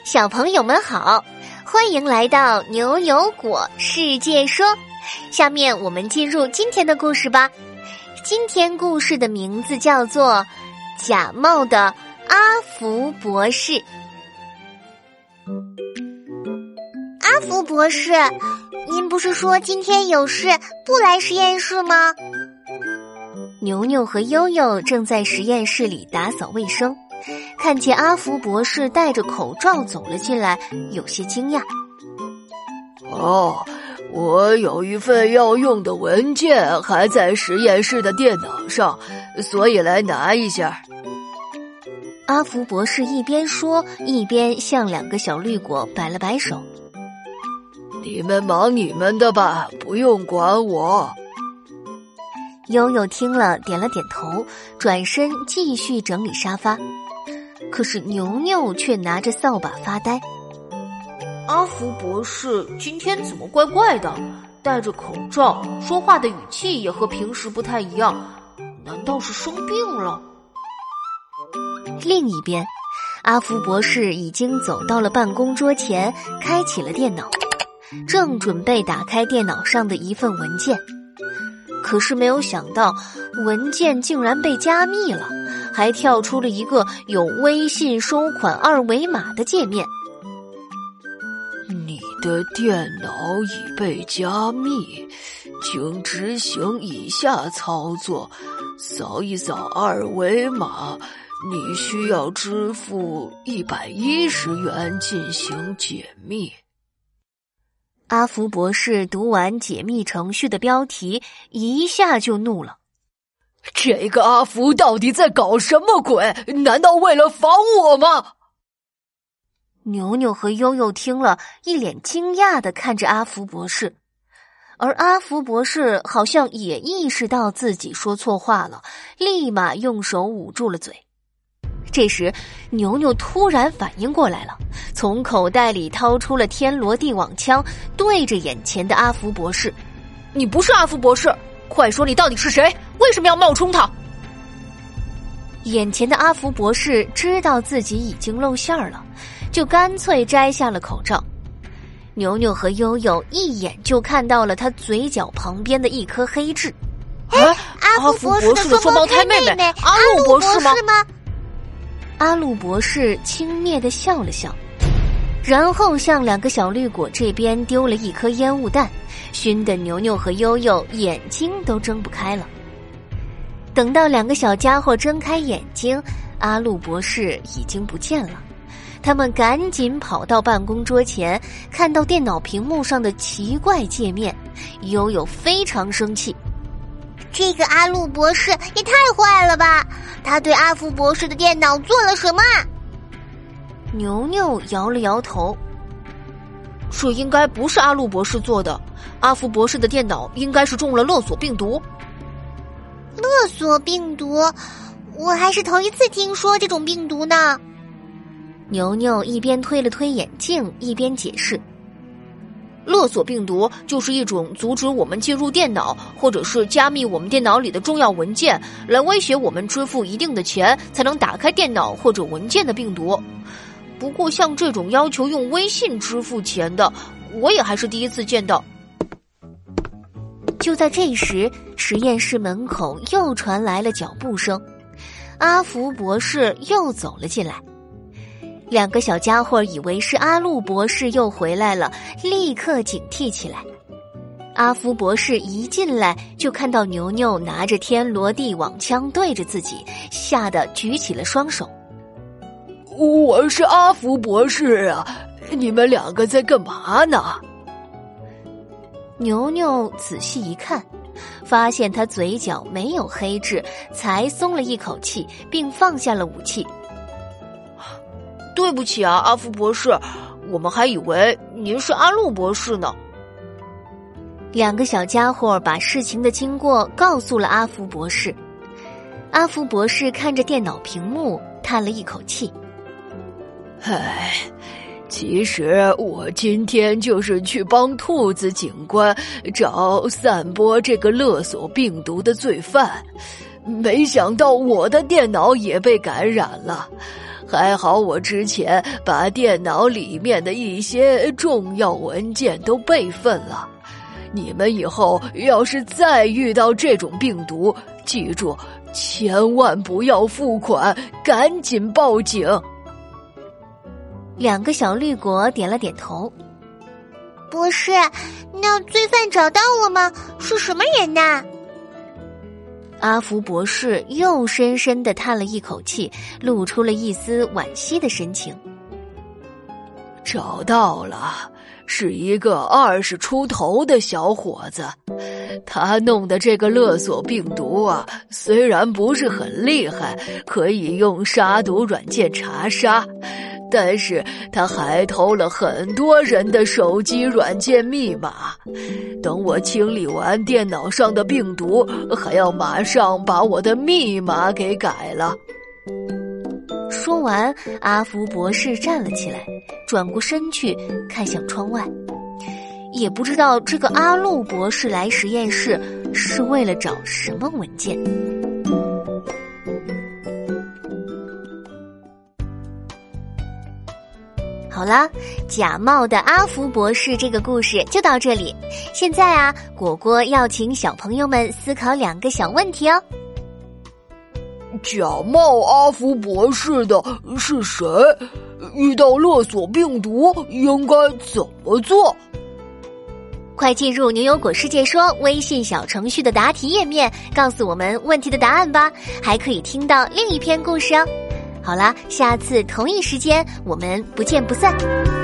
小朋友们好，欢迎来到牛油果世界说。下面我们进入今天的故事吧。今天故事的名字叫做《假冒的阿福博士》。 阿福博士，您不是说今天有事不来实验室吗？ 牛牛和悠悠正在实验室里打扫卫生，看见阿福博士戴着口罩走了进来，有些惊讶。 哦，我有一份要用的文件还在实验室的电脑上，所以来拿一下。 阿福博士一边说，一边向两个小绿果摆了摆手。 你们忙你们的吧，不用管我。 悠悠听了点了点头，转身继续整理沙发。可是牛牛却拿着扫把发呆。 阿福博士今天怎么怪怪的，戴着口罩，说话的语气也和平时不太一样，难道是生病了？ 另一边，阿福博士已经走到了办公桌前，开启了电脑，正准备打开电脑上的一份文件。可是没有想到，文件竟然被加密了，还跳出了一个有微信收款二维码的界面。 你的电脑已被加密，请执行以下操作：扫一扫二维码，你需要支付110元进行解密。 阿福博士读完解密程序的标题，一下就怒了。 这个阿福到底在搞什么鬼？难道为了防我吗？ 牛牛和悠悠听了，一脸惊讶地看着阿福博士，而阿福博士好像也意识到自己说错话了，立马用手捂住了嘴。这时牛牛突然反应过来了，从口袋里掏出了天罗地网枪，对着眼前的阿福博士。 你不是阿福博士，快说你到底是谁？为什么要冒充他？ 眼前的阿福博士知道自己已经露馅了，就干脆摘下了口罩。牛牛和悠悠一眼就看到了他嘴角旁边的一颗黑痣。 阿福博士的双胞胎妹妹阿鲁博士吗？ 阿鲁博士轻蔑地笑了笑，然后向两个小绿果这边丢了一颗烟雾弹，熏得牛牛和悠悠眼睛都睁不开了。等到两个小家伙睁开眼睛，阿鲁博士已经不见了。他们赶紧跑到办公桌前，看到电脑屏幕上的奇怪界面，悠悠非常生气。 这个阿鲁博士也太坏了吧！他对阿福博士的电脑做了什么？ 牛牛摇了摇头。 这应该不是阿鲁博士做的，阿福博士的电脑应该是中了勒索病毒。 勒索病毒？我还是头一次听说这种病毒呢。 牛牛一边推了推眼镜，一边解释。 勒索病毒就是一种阻止我们进入电脑，或者是加密我们电脑里的重要文件，来威胁我们支付一定的钱才能打开电脑或者文件的病毒。不过像这种要求用微信支付钱的，我也还是第一次见到。 就在这时，实验室门口又传来了脚步声，阿福博士又走了进来。两个小家伙以为是阿鲁博士又回来了，立刻警惕起来。阿福博士一进来就看到牛牛拿着天罗地网枪对着自己，吓得举起了双手。 我是阿福博士啊，你们两个在干嘛呢？ 牛牛仔细一看，发现他嘴角没有黑痣，才松了一口气，并放下了武器。 对不起啊，阿福博士，我们还以为您是阿鲁博士呢。 两个小家伙把事情的经过告诉了阿福博士。阿福博士看着电脑屏幕，叹了一口气。 唉，其实我今天就是去帮兔子警官找散播这个勒索病毒的罪犯，没想到我的电脑也被感染了。 还好我之前把电脑里面的一些重要文件都备份了。你们以后要是再遇到这种病毒，记住千万不要付款，赶紧报警。 2个小绿果点了点头。 博士，那罪犯找到了吗？是什么人呐？ 阿福博士又深深地叹了一口气，露出了一丝惋惜的神情。 找到了，是一个20出头的小伙子。他弄的这个勒索病毒啊，虽然不是很厉害，可以用杀毒软件查杀，但是他还偷了很多人的手机软件密码。等我清理完电脑上的病毒，还要马上把我的密码给改了。 说完，阿福博士站了起来，转过身去看向窗外。也不知道这个阿路博士来实验室是为了找什么文件。好啦，假冒的阿福博士这个故事就到这里。现在啊，果果要请小朋友们思考2个小问题哦。 假冒阿福博士的是谁？遇到勒索病毒应该怎么做？ 快进入牛油果世界说微信小程序的答题页面，告诉我们问题的答案吧，还可以听到另一篇故事哦。好啦，下次同一时间我们不见不散。